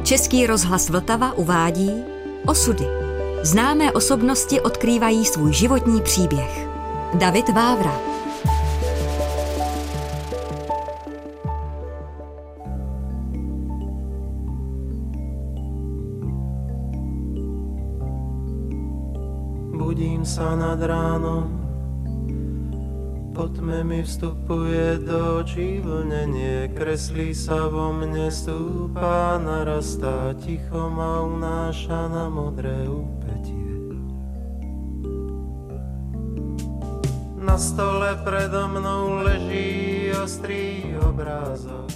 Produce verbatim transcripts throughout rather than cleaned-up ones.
Český rozhlas Vltava uvádí Osudy. Známé osobnosti odkrývají svůj životní příběh. David Vávra. Budím sa nad ránom, po tme mi vstupuje do očí vlnenie, kreslí sa vo mne, stúpa, narastá, ticho ma unáša na modré úpätie. Na stole predo mnou leží ostrý obrázok,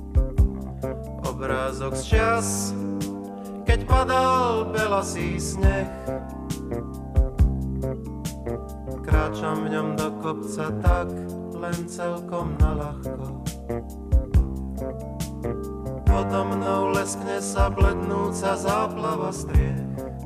obrázok z čas, keď padal belasý sneh. Kráčam v ňom do kopca tak, len celkom naľahko. Podo mnou leskne sa blednúca záplava striech.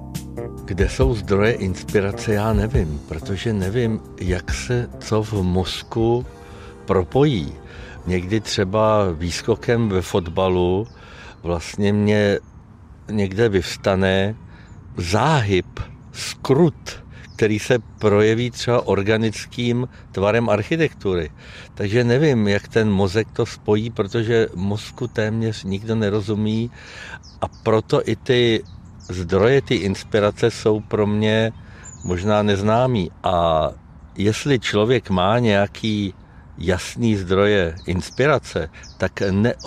Kde jsou zdroje inspirace, já nevím, protože nevím, jak se co v mozku propojí. Někdy třeba výskokem ve fotbalu vlastně mě někde vyvstane záhyb, skrut, který se projeví třeba organickým tvarem architektury. Takže nevím, jak ten mozek to spojí, protože mozku téměř nikdo nerozumí a proto i ty zdroje, ty inspirace jsou pro mě možná neznámý. A jestli člověk má nějaký jasný zdroje inspirace, tak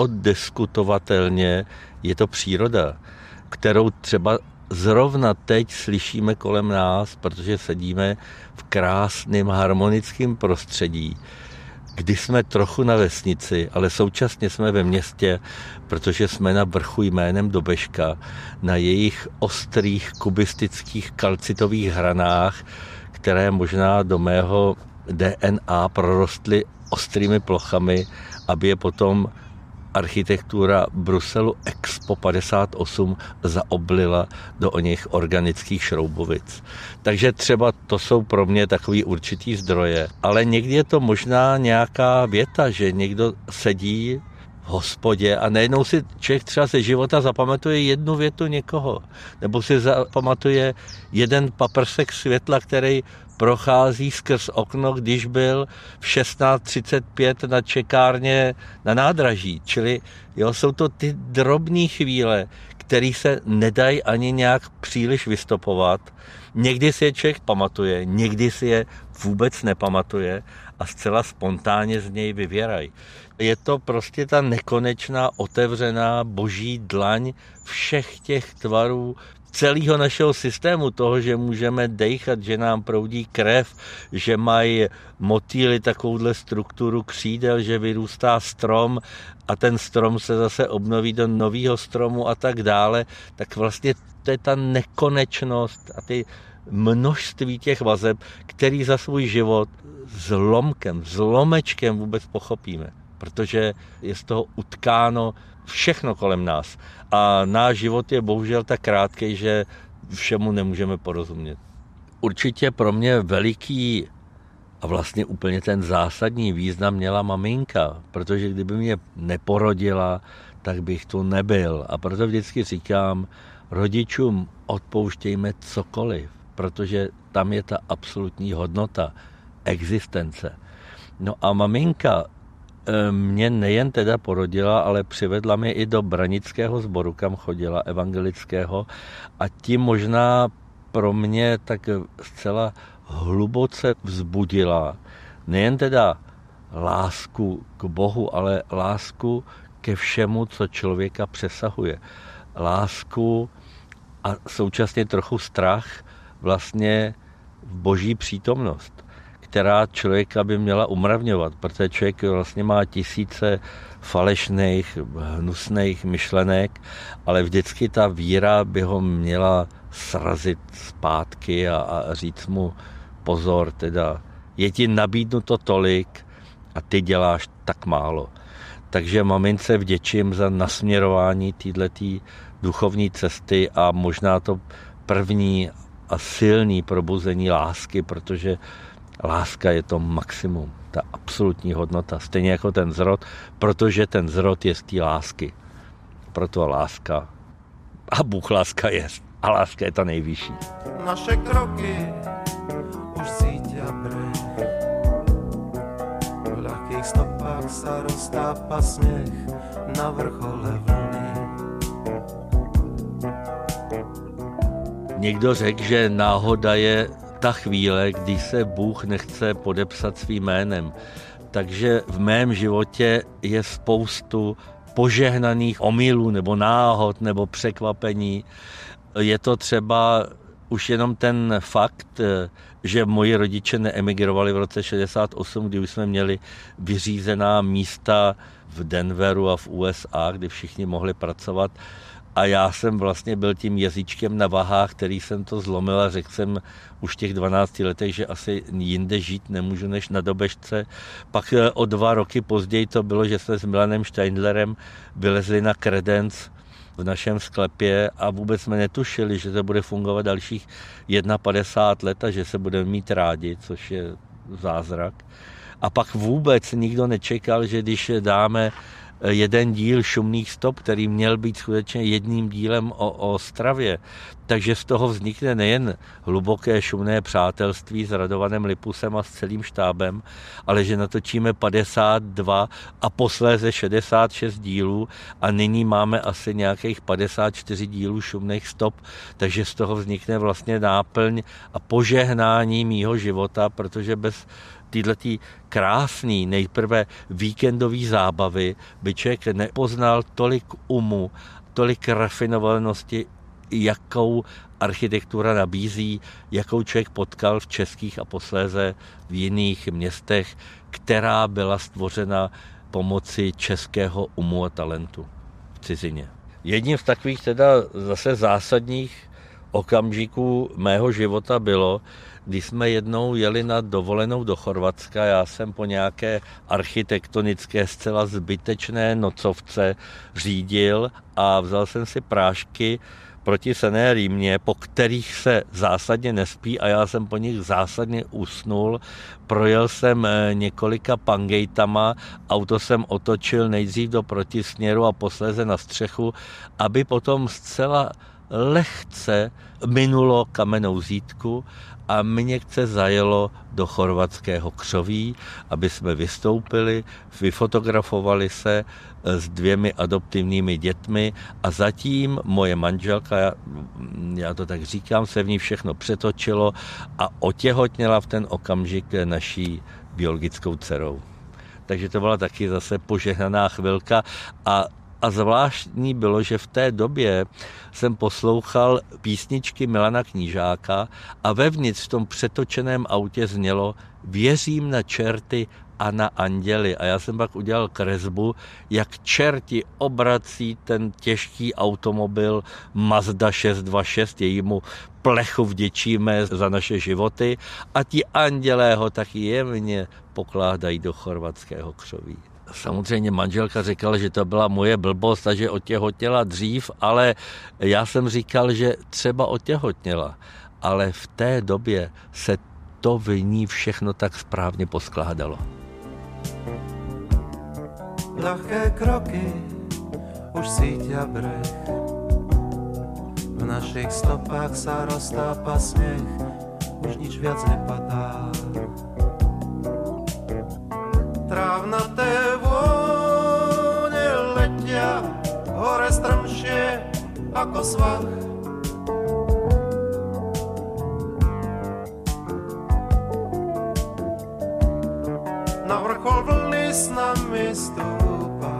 neoddiskutovatelně je to příroda, kterou třeba zrovna teď slyšíme kolem nás, protože sedíme v krásném harmonickém prostředí, kdy jsme trochu na vesnici, ale současně jsme ve městě, protože jsme na vrchu jménem Dobeška, na jejich ostrých kubistických kalcitových hranách, které možná do mého D N A prorostly ostrými plochami, aby je potom architektura Bruselu Expo padesát osm zaoblila do oněch organických šroubovic. Takže třeba to jsou pro mě takový určitý zdroje. Ale někdy je to možná nějaká věta, že někdo sedí v hospodě a najednou si člověk třeba ze života zapamatuje jednu větu někoho. Nebo si zapamatuje jeden paprsek světla, který prochází skrz okno, když byl v šestnáct třicet pět na čekárně na nádraží. Čili jo, jsou to ty drobné chvíle, které se nedají ani nějak příliš vystopovat. Někdy si je člověk pamatuje, někdy si je vůbec nepamatuje a zcela spontánně z něj vyvěrají. Je to prostě ta nekonečná, otevřená boží dlaň všech těch tvarů, celého našeho systému, toho, že můžeme dejchat, že nám proudí krev, že mají motýly takovouhle strukturu křídel, že vyrůstá strom a ten strom se zase obnoví do nového stromu a tak dále, tak vlastně to je ta nekonečnost a ty množství těch vazeb, který za svůj život zlomkem, zlomečkem vůbec pochopíme, protože je z toho utkáno všechno kolem nás. A náš život je bohužel tak krátký, že všemu nemůžeme porozumět. Určitě pro mě veliký a vlastně úplně ten zásadní význam měla maminka, protože kdyby mě neporodila, tak bych tu nebyl. A proto vždycky říkám, rodičům odpouštějme cokoliv, protože tam je ta absolutní hodnota existence. No a maminka mě nejen teda porodila, ale přivedla mě i do branického sboru, kam chodila, evangelického, a tím možná pro mě tak zcela hluboce vzbudila nejen teda lásku k Bohu, ale lásku ke všemu, co člověka přesahuje. Lásku a současně trochu strach vlastně v boží přítomnost, která člověka by měla umravňovat, protože člověk vlastně má tisíce falešných, hnusných myšlenek, ale vždycky ta víra by ho měla srazit zpátky a, a říct mu pozor, teda je ti nabídnuto tolik a ty děláš tak málo. Takže mamince vděčím za nasměrování této duchovní cesty a možná to první a silný probuzení lásky, protože láska je to maximum, ta absolutní hodnota, stejně jako ten zrod, protože ten zrod je z té lásky. Proto láska A Bůh láska je. A láska je ta nejvyšší. Naše kroky už cítia breh. V ľahkých stopách sa roztápa sneh na vrchole vlny. Někdo řekl, že náhoda je ta chvíle, kdy se Bůh nechce podepsat svým jménem. Takže v mém životě je spoustu požehnaných omylů nebo náhod nebo překvapení. Je to třeba už jenom ten fakt, že moji rodiče neemigrovali v roce šedesát osm, kdy už jsme měli vyřízená místa v Denveru a v U S A, kdy všichni mohli pracovat. A já jsem vlastně byl tím jazyčkem na vahách, který jsem to zlomil a řekl jsem už v těch dvanácti letech, že asi jinde žít nemůžu než na Dobežce. Pak o dva roky později to bylo, že jsme s Milanem Steindlerem vylezli na kredenc v našem sklepě a vůbec jsme netušili, že to bude fungovat dalších padesát jedna let a že se budeme mít rádi, což je zázrak. A pak vůbec nikdo nečekal, že když dáme jeden díl Šumných stop, který měl být skutečně jedním dílem o, o Ostravě, takže z toho vznikne nejen hluboké šumné přátelství s Radovanem Lipusem a s celým štábem, ale že natočíme padesát dva a posléze šedesát šest dílů a nyní máme asi nějakých padesát čtyři dílů Šumných stop, takže z toho vznikne vlastně náplň a požehnání mýho života, protože bez týhletý krásný, nejprve víkendový zábavy by člověk nepoznal tolik umu, tolik rafinovanosti, jakou architektura nabízí, jakou člověk potkal v českých a posléze v jiných městech, která byla stvořena pomocí českého umu a talentu v cizině. Jedním z takových teda zase zásadních okamžiků mého života bylo, když jsme jednou jeli na dovolenou do Chorvatska, já jsem po nějaké architektonické zcela zbytečné nocovce řídil a vzal jsem si prášky proti Senné Rýmě, po kterých se zásadně nespí a já jsem po nich zásadně usnul. Projel jsem několika pangejtama, auto jsem otočil nejdřív do protisměru a posléze na střechu, aby potom zcela lehce minulo Kamennou Zítku a měkce zajelo do chorvatského Křoví, aby jsme vystoupili, vyfotografovali se s dvěmi adoptivními dětmi a zatím moje manželka, já, já to tak říkám, se v ní všechno přetočilo a otěhotněla v ten okamžik naší biologickou dcerou. Takže to byla taky zase požehnaná chvilka a A zvláštní bylo, že v té době jsem poslouchal písničky Milana Knížáka a vevnitř v tom přetočeném autě znělo Věřím na čerty a na anděly. A já jsem pak udělal kresbu, jak čerti obrací ten těžký automobil Mazda šest dvacet šest, jejímu plechu vděčíme za naše životy a ti andělé ho taky jemně pokládají do chorvatského Křoví. Samozřejmě manželka říkala, že to byla moje blbost a že otěhotněla dřív, ale já jsem říkal, že třeba otěhotněla, ale v té době se to v ní všechno tak správně poskládalo. Ľahké kroky už cítia breh, v našich stopách sa roztápa sneh, už nič viac nepadá. Trávnaté vône letia hore strmšie ako svah. Na vrchol vlny s nami stúpa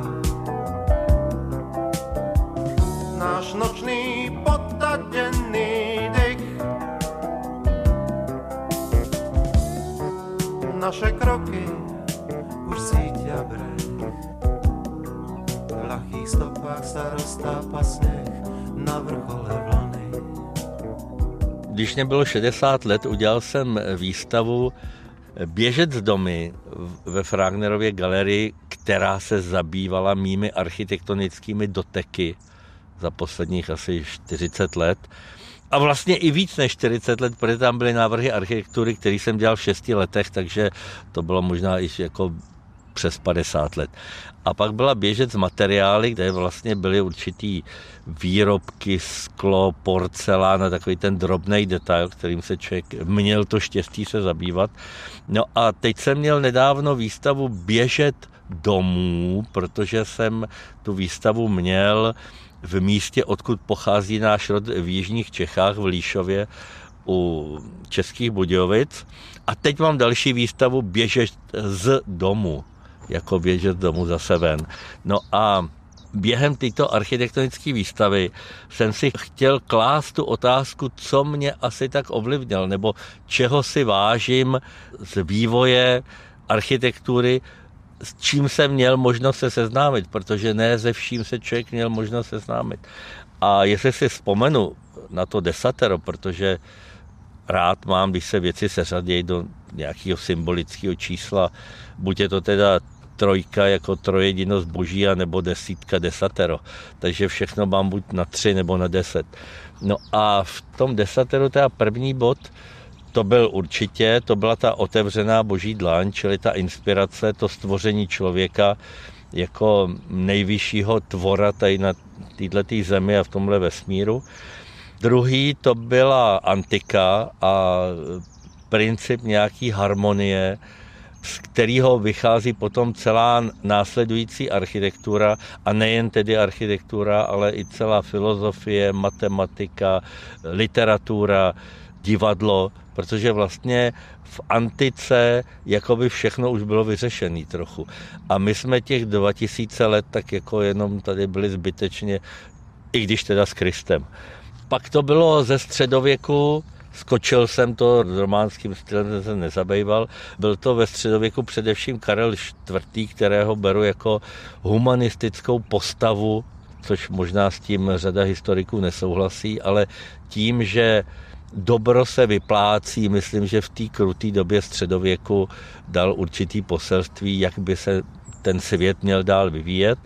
náš nočný potadený dych. Naše kroky už cítia breh, v ľahkých stopách sa roztápa sneh na vrchole vlny. Když mě bylo šedesát let, udělal jsem výstavu Běžet z domy ve Fragnerově galerii, která se zabývala mými architektonickými doteky za posledních asi čtyřicet let. A vlastně i víc než čtyřicet let, protože tam byly návrhy architektury, které jsem dělal v šesti letech, takže to bylo možná i jako přes padesát let. A pak byla běžet z materiály, kde vlastně byly určitý výrobky, sklo, porcelán a takový ten drobný detail, kterým se člověk měl to štěstí se zabývat. No a teď jsem měl nedávno výstavu Běžet domů, protože jsem tu výstavu měl v místě, odkud pochází náš rod v jižních Čechách, v Líšově u Českých Budějovic. A teď mám další výstavu Běžet z domu, jako běžet z domu zase ven. No a během této architektonické výstavy jsem si chtěl klást tu otázku, co mě asi tak ovlivnil, nebo čeho si vážím z vývoje architektury, s čím jsem měl možnost se seznámit, protože ne ze vším se člověk měl možnost seznámit. A jestli si vzpomenu na to desatero, protože rád mám, když se věci seřadí do nějakého symbolického čísla, buď je to teda trojka jako trojedinost boží, nebo desítka desatero. Takže všechno mám buď na tři nebo na deset. No a v tom desateru teda první bod, to byl určitě, to byla ta otevřená boží dlaň, čili ta inspirace, to stvoření člověka jako nejvyššího tvora tady na této zemi a v tomhle vesmíru. Druhý to byla antika a princip nějaký harmonie, z kterého vychází potom celá následující architektura, a nejen tedy architektura, ale i celá filozofie, matematika, literatura, divadlo, protože vlastně v antice jakoby všechno už bylo vyřešené trochu. A my jsme těch dva tisíce let tak jako jenom tady byli zbytečně, i když teda s Kristem. Pak to bylo ze středověku, skočil jsem to, románským stylem jsem se nezabýval, byl to ve středověku především Karel čtvrtý, kterého beru jako humanistickou postavu, což možná s tím řada historiků nesouhlasí, ale tím, že dobro se vyplácí, myslím, že v té kruté době středověku dal určitý poselství, jak by se ten svět měl dál vyvíjet.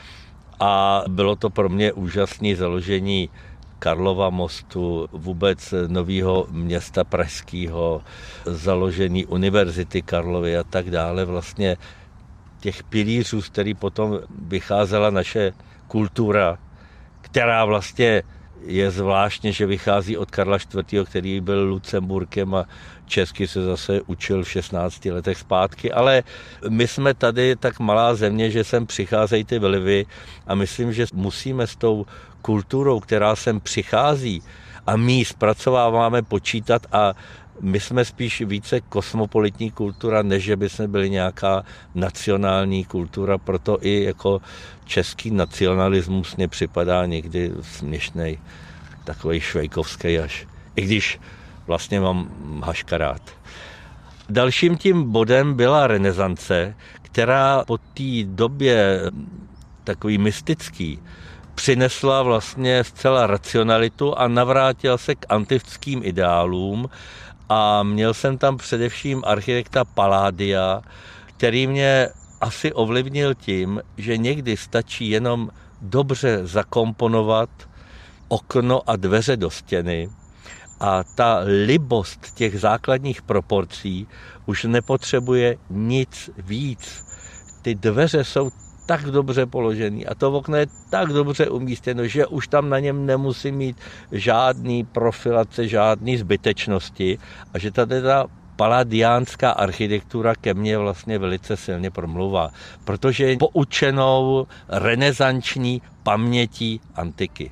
A bylo to pro mě úžasné založení Karlova mostu, vůbec nového města pražského, založení univerzity Karlovy a tak dále. Vlastně těch pilířů, z kterých potom vycházela naše kultura, která vlastně je zvláštně, že vychází od Karla čtvrtého, který byl Lucemburkem a česky se zase učil v šestnácti letech zpátky, ale my jsme tady tak malá země, že sem přicházejí ty vlivy a myslím, že musíme s tou kulturou, která sem přichází a my ji zpracováváme, počítat, a my jsme spíš více kosmopolitní kultura, než že by jsme byli nějaká nacionální kultura, proto i jako český nacionalismus mě připadá někdy směšnej, takovej švejkovský až, i když vlastně mám Haška rád. Dalším tím bodem byla renesance, která po té době takový mystický přinesla vlastně zcela racionalitu a navrátila se k antickým ideálům, a měl jsem tam především architekta Palladia, který mě asi ovlivnil tím, že někdy stačí jenom dobře zakomponovat okno a dveře do stěny a ta libost těch základních proporcí už nepotřebuje nic víc. Ty dveře jsou tak dobře položený a to okno je tak dobře umístěno, že už tam na něm nemusí mít žádný profilace, žádný zbytečnosti, a že tady ta palladiánská architektura ke mně vlastně velice silně promluvá, protože je poučenou renesanční pamětí antiky.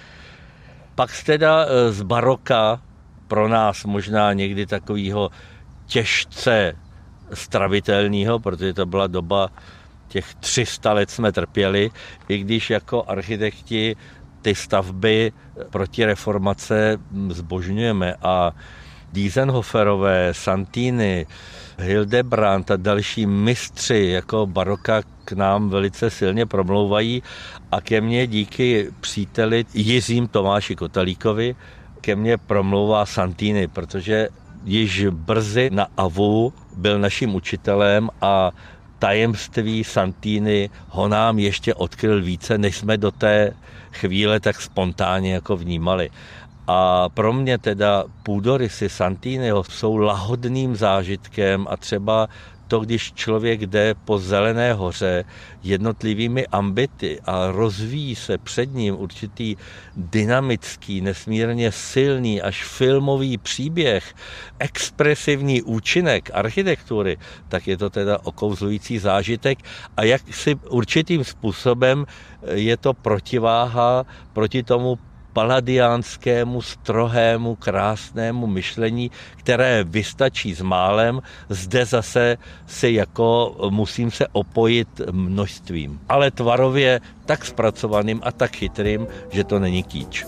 Pak teda z baroka, pro nás možná někdy takového těžce stravitelného, protože to byla doba těch tři sta let jsme trpěli, i když jako architekti ty stavby proti reformace zbožňujeme, a Diesenhoferové, Santini, Hildebrand a další mistři jako baroka k nám velice silně promlouvají, a ke mně díky příteli Jiřím Tomáši Kotalíkovi ke mně promlouvá Santini, protože již brzy na Avu byl naším učitelem a tajemství Santini ho nám ještě odkryl více, než jsme do té chvíle tak spontánně jako vnímali. A pro mě teda půdorysy Santiniho jsou lahodným zážitkem, a třeba to, když člověk jde po Zelené hoře jednotlivými ambity a rozvíjí se před ním určitý dynamický, nesmírně silný až filmový příběh, expresivní účinek architektury, tak je to teda okouzlující zážitek a jak si určitým způsobem je to protiváha proti tomu paladiánskému, strohému, krásnému myšlení, které vystačí s málem, zde zase si jako musím se opojit množstvím. Ale tvarově tak zpracovaným a tak chytrým, že to není kýč.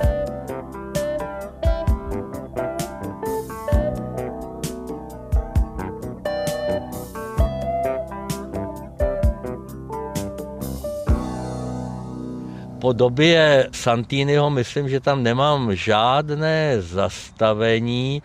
Po době Santiniho myslím, že tam nemám žádné zastavení,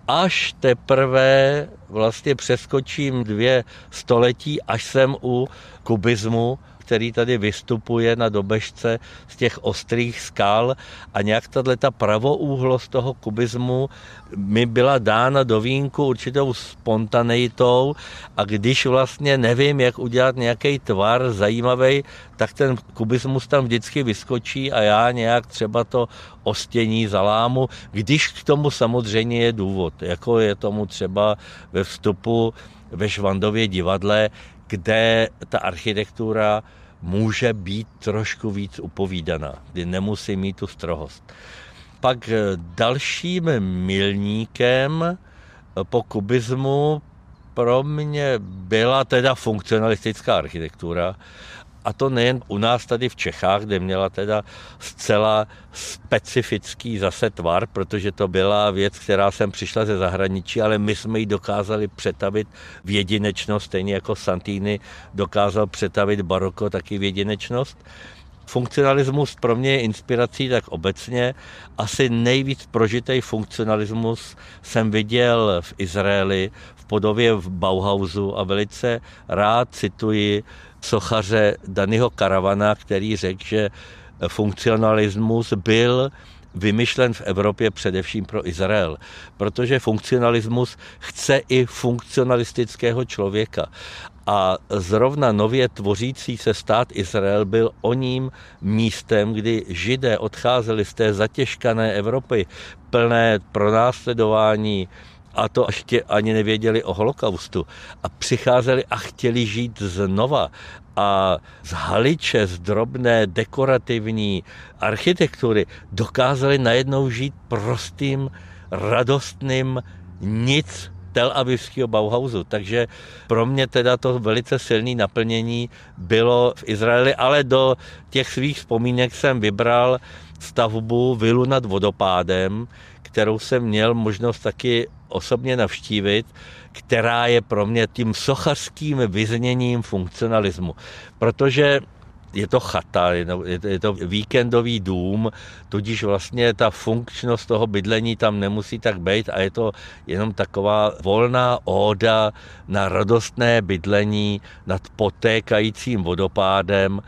až teprve vlastně přeskočím dvě století, až jsem u kubismu, který tady vystupuje na dobežce z těch ostrých skal a nějak tato pravoúhlost toho kubismu mi byla dána do vínku určitou spontaneitou a když vlastně nevím, jak udělat nějaký tvar zajímavý, tak ten kubismus tam vždycky vyskočí a já nějak třeba to ostění zalámu, když k tomu samozřejmě je důvod, jako je tomu třeba ve vstupu ve Švandově divadle, kde ta architektura může být trošku víc upovídaná, kdy nemusí mít tu strohost. Pak dalším milníkem po kubismu pro mě byla teda funkcionalistická architektura. A to nejen u nás tady v Čechách, kde měla teda zcela specifický zase tvar, protože to byla věc, která sem přišla ze zahraničí, ale my jsme ji dokázali přetavit v jedinečnost, stejně jako Santini dokázal přetavit baroko taky v jedinečnost. Funkcionalismus pro mě je inspirací tak obecně. Asi nejvíc prožitej funkcionalismus jsem viděl v Izraeli, v podobě v Bauhausu a velice rád cituji sochaře Daniho Karavana, který řekl, že funkcionalismus byl vymyšlen v Evropě především pro Izrael, protože funkcionalismus chce i funkcionalistického člověka. A zrovna nově tvořící se stát Izrael byl oním místem, kdy Židé odcházeli z té zatěžkané Evropy, plné pronásledování, a to ještě ani nevěděli o holokaustu. A přicházeli a chtěli žít znova. A z haliče, z drobné dekorativní architektury dokázali najednou žít prostým, radostným nic Tel Avivského Bauhausu. Takže pro mě teda to velice silné naplnění bylo v Izraeli, ale do těch svých vzpomínek jsem vybral stavbu vilu nad vodopádem, kterou jsem měl možnost taky osobně navštívit, která je pro mě tím sochařským vyzněním funkcionalismu. Protože je to chata, je to víkendový dům, tudíž vlastně ta funkčnost toho bydlení tam nemusí tak být a je to jenom taková volná óda na radostné bydlení nad potékajícím vodopádem,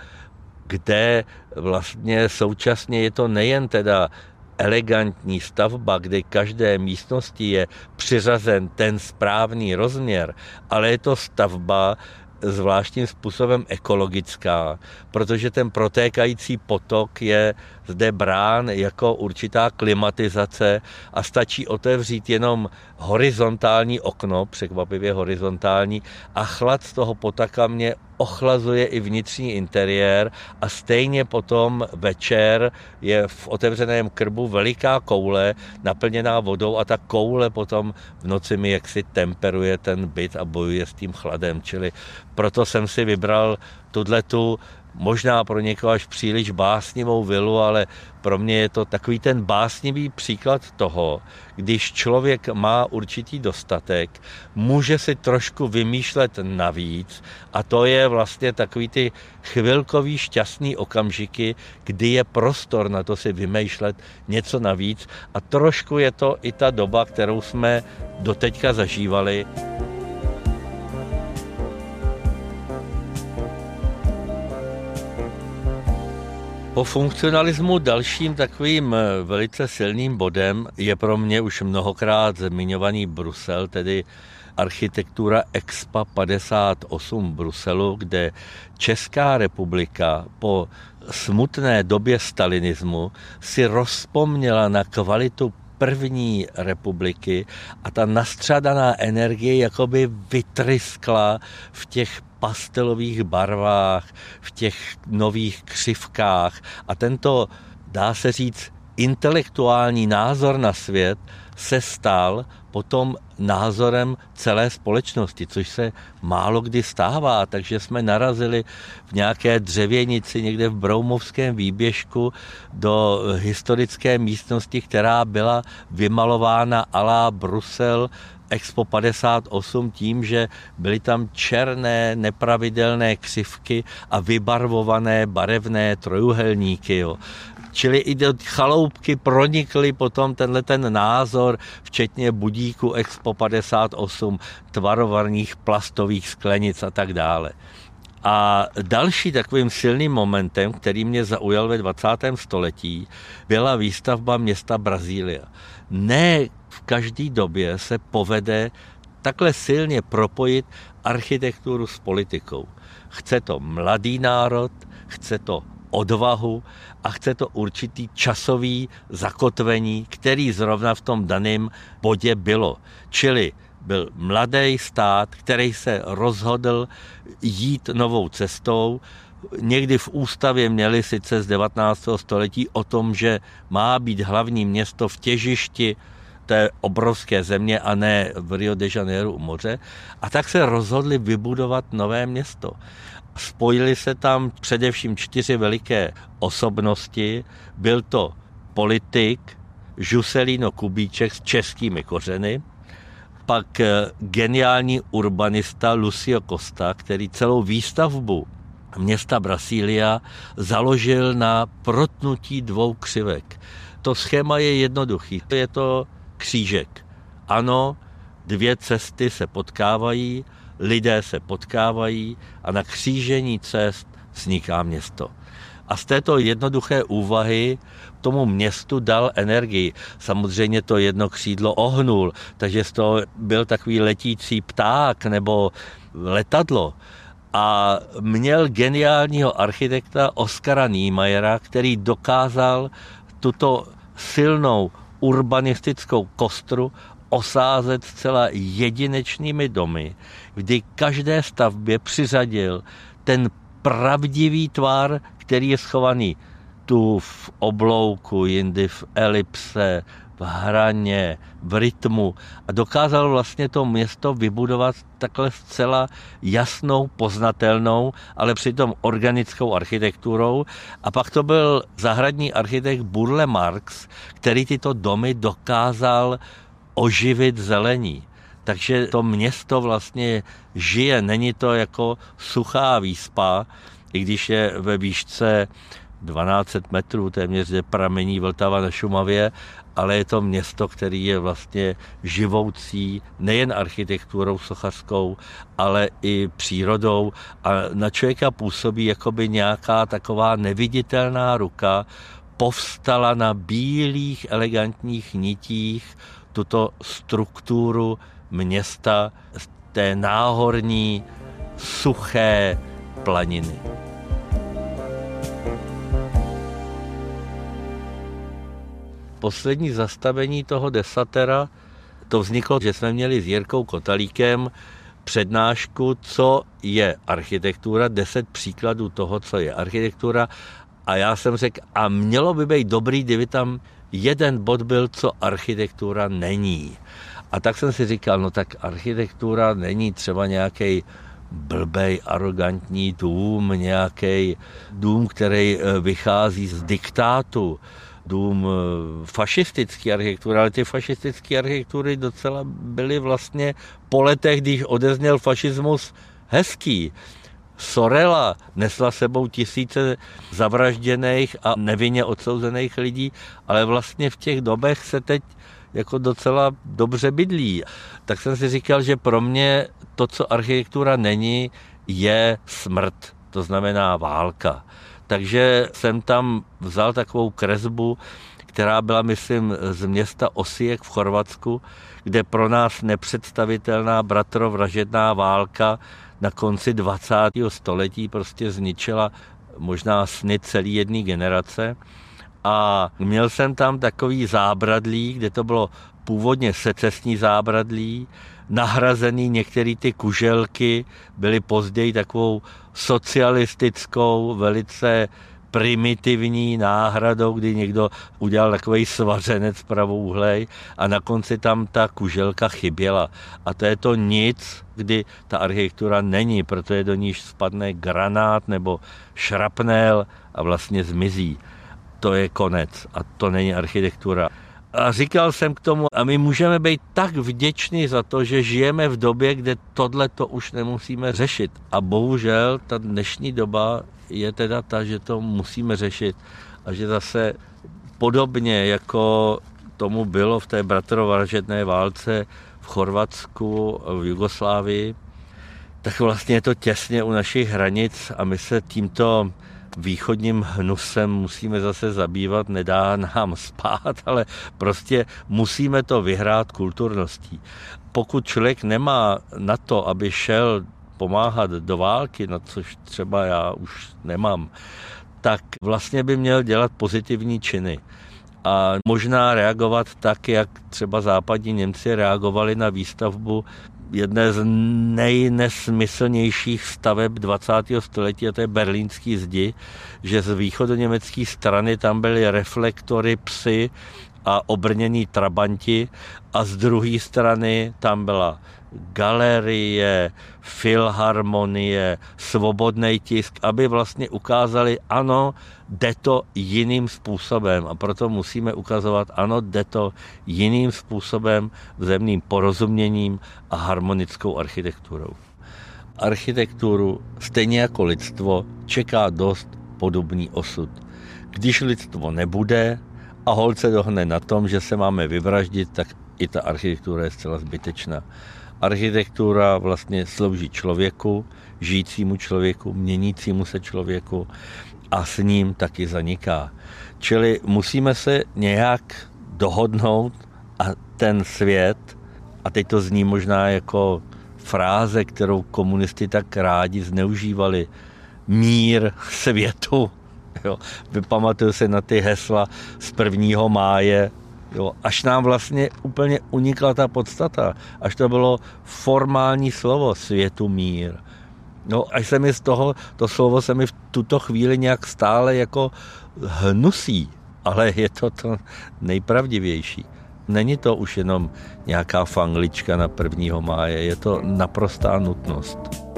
kde vlastně současně je to nejen teda elegantní stavba, kde každé místnosti je přiřazen ten správný rozměr, ale je to stavba zvláštním způsobem ekologická, protože ten protékající potok je zde brán jako určitá klimatizace a stačí otevřít jenom horizontální okno, překvapivě horizontální, a chlad z toho potoka mě ochlazuje i vnitřní interiér a stejně potom večer je v otevřeném krbu veliká koule naplněná vodou a ta koule potom v noci mi jaksi temperuje ten byt a bojuje s tím chladem, čili proto jsem si vybral tuto možná pro někoho až příliš básnivou vilu, ale pro mě je to takový ten básnivý příklad toho, když člověk má určitý dostatek, může si trošku vymýšlet navíc a to je vlastně takový ty chvilkový šťastný okamžiky, kdy je prostor na to si vymýšlet něco navíc a trošku je to i ta doba, kterou jsme doteďka zažívali. Po funkcionalismu dalším takovým velice silným bodem je pro mě už mnohokrát zmiňovaný Brusel, tedy architektura Expo padesát osm v Bruselu, kde Česká republika po smutné době stalinismu si rozpomněla na kvalitu první republiky a ta nastřádaná energie jakoby vytryskla v těch pastelových barvách, v těch nových křivkách a tento, dá se říct, intelektuální názor na svět se stal potom názorem celé společnosti, což se málo kdy stává, takže jsme narazili v nějaké dřevěnici někde v Broumovském výběžku do historické místnosti, která byla vymalována à la Brusel Expo padesát osm tím, že byly tam černé nepravidelné křivky a vybarvované barevné trojúhelníky. Jo. Čili i do chaloupky pronikly potom tenhle ten názor, včetně budíku Expo padesát osm, tvarovarných plastových sklenic a tak dále. A další takovým silným momentem, který mě zaujal ve dvacátém století, byla výstavba města Brazília. Ne v každé době se povede takhle silně propojit architekturu s politikou. Chce to mladý národ, chce to odvahu a chce to určitý časový zakotvení, který zrovna v tom daném bodě bylo. Čili byl mladý stát, který se rozhodl jít novou cestou. Někdy v ústavě měli sice z devatenáctého století o tom, že má být hlavní město v těžišti té obrovské země a ne v Rio de Janeiro u moře. A tak se rozhodli vybudovat nové město. Spojili se tam především čtyři veliké osobnosti. Byl to politik Juscelino Kubíček s českými kořeny, pak geniální urbanista Lucio Costa, který celou výstavbu města Brasília založil na protnutí dvou křivek. To schéma je jednoduchý. Je to křížek. Ano, dvě cesty se potkávají, lidé se potkávají a na křížení cest vzniká město. A z této jednoduché úvahy tomu městu dal energii. Samozřejmě to jedno křídlo ohnul, takže z toho byl takový letící pták nebo letadlo. A měl geniálního architekta Oskara Niemeyera, který dokázal tuto silnou urbanistickou kostru osázet zcela jedinečnými domy, kdy každé stavbě přiřadil ten pravdivý tvar, který je schovaný tu v oblouku, jindy v elipse, v hraně, v rytmu a dokázal vlastně to město vybudovat takhle zcela jasnou, poznatelnou, ale přitom organickou architekturou. A pak to byl zahradní architekt Burle Marx, který tyto domy dokázal oživit zelení. Takže to město vlastně žije, není to jako suchá výspa, i když je ve výšce dvanáct set metrů, téměř je pramení Vltava na Šumavě, ale je to město, který je vlastně živoucí nejen architekturou sochařskou, ale i přírodou a na člověka působí jakoby nějaká taková neviditelná ruka, povstala na bílých elegantních nitích tuto strukturu města z té náhorní, suché planiny. Poslední zastavení toho desatera, to vzniklo, že jsme měli s Jirkou Kotalíkem přednášku, co je architektura, deset příkladů toho, co je architektura. A já jsem řekl, a mělo by být dobrý, kdyby tam jeden bod byl, co architektura není. A tak jsem si říkal, no tak architektura není třeba nějaký blbej, arrogantní dům, nějaký dům, který vychází z diktátu, dům fašistický architektury, ale ty fašistické architektury docela byly vlastně po letech, když odezněl fašismus, hezký. Sorella nesla sebou tisíce zavražděných a nevinně odsouzených lidí, ale vlastně v těch dobech se teď jako docela dobře bydlí. Tak jsem si říkal, že pro mě to, co architektura není, je smrt, to znamená válka. Takže jsem tam vzal takovou kresbu, která byla, myslím, z města Osijek v Chorvatsku, kde pro nás nepředstavitelná bratrovražedná válka na konci dvacátého století prostě zničila možná sny celé jedné generace. A měl jsem tam takový zábradlí, kde to bylo původně secesní zábradlí, nahrazený některé ty kuželky, byly později takovou socialistickou, velice primitivní náhradou, kdy někdo udělal takový svařenec pravouhlej a na konci tam ta kuželka chyběla. A to je to nic, kdy ta architektura není, protože do níž spadne granát nebo šrapnel a vlastně zmizí. To je konec a to není architektura. A říkal jsem k tomu, a my můžeme být tak vděční za to, že žijeme v době, kde tohle to už nemusíme řešit. A bohužel ta dnešní doba je teda ta, že to musíme řešit a že zase podobně jako tomu bylo v té bratrovražedné válce v Chorvatsku, v Jugoslávii, tak vlastně je to těsně u našich hranic a my se tímto východním hnusem musíme zase zabývat, nedá nám spát, ale prostě musíme to vyhrát kulturností. Pokud člověk nemá na to, aby šel pomáhat do války, na což třeba já už nemám, tak vlastně by měl dělat pozitivní činy. A možná reagovat tak, jak třeba západní Němci reagovali na výstavbu jedné z nejnesmyslnějších staveb dvacátého století, a to je berlínský zdi, že z východoněmecké strany tam byly reflektory, psy a obrnění trabanti a z druhé strany tam byla galerie, filharmonie, svobodný tisk, aby vlastně ukázali, ano, jde to jiným způsobem a proto musíme ukazovat, ano, jde to jiným způsobem, vzájemným porozuměním a harmonickou architekturou. Architekturu, stejně jako lidstvo, čeká dost podobný osud. Když lidstvo nebude a holt se dohne na tom, že se máme vyvraždit, tak i ta architektura je zcela zbytečná. Architektura vlastně slouží člověku, žijícímu člověku, měnícímu se člověku a s ním taky zaniká. Čili musíme se nějak dohodnout a ten svět, a teď to zní možná jako fráze, kterou komunisti tak rádi zneužívali, mír světu. Jo. Vypamatuju se na ty hesla z prvního máje, jo, až nám vlastně úplně unikla ta podstata, až to bylo formální slovo světu mír. No, až se mi z toho, to slovo se mi v tuto chvíli nějak stále jako hnusí, ale je to to nejpravdivější. Není to už jenom nějaká fanglička na prvního máje, je to naprostá nutnost.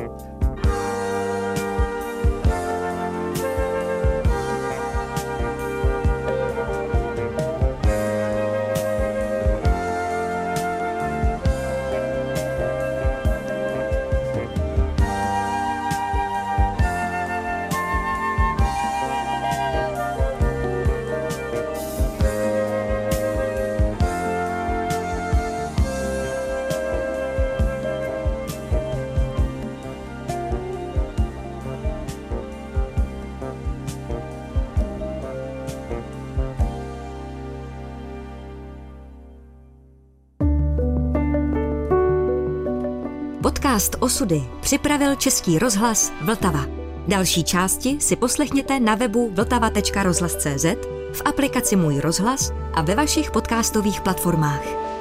Podcast Osudy připravil Český rozhlas Vltava. Další části si poslechněte na webu vltava tečka rozhlas tečka cé zet, v aplikaci Můj rozhlas a ve vašich podcastových platformách.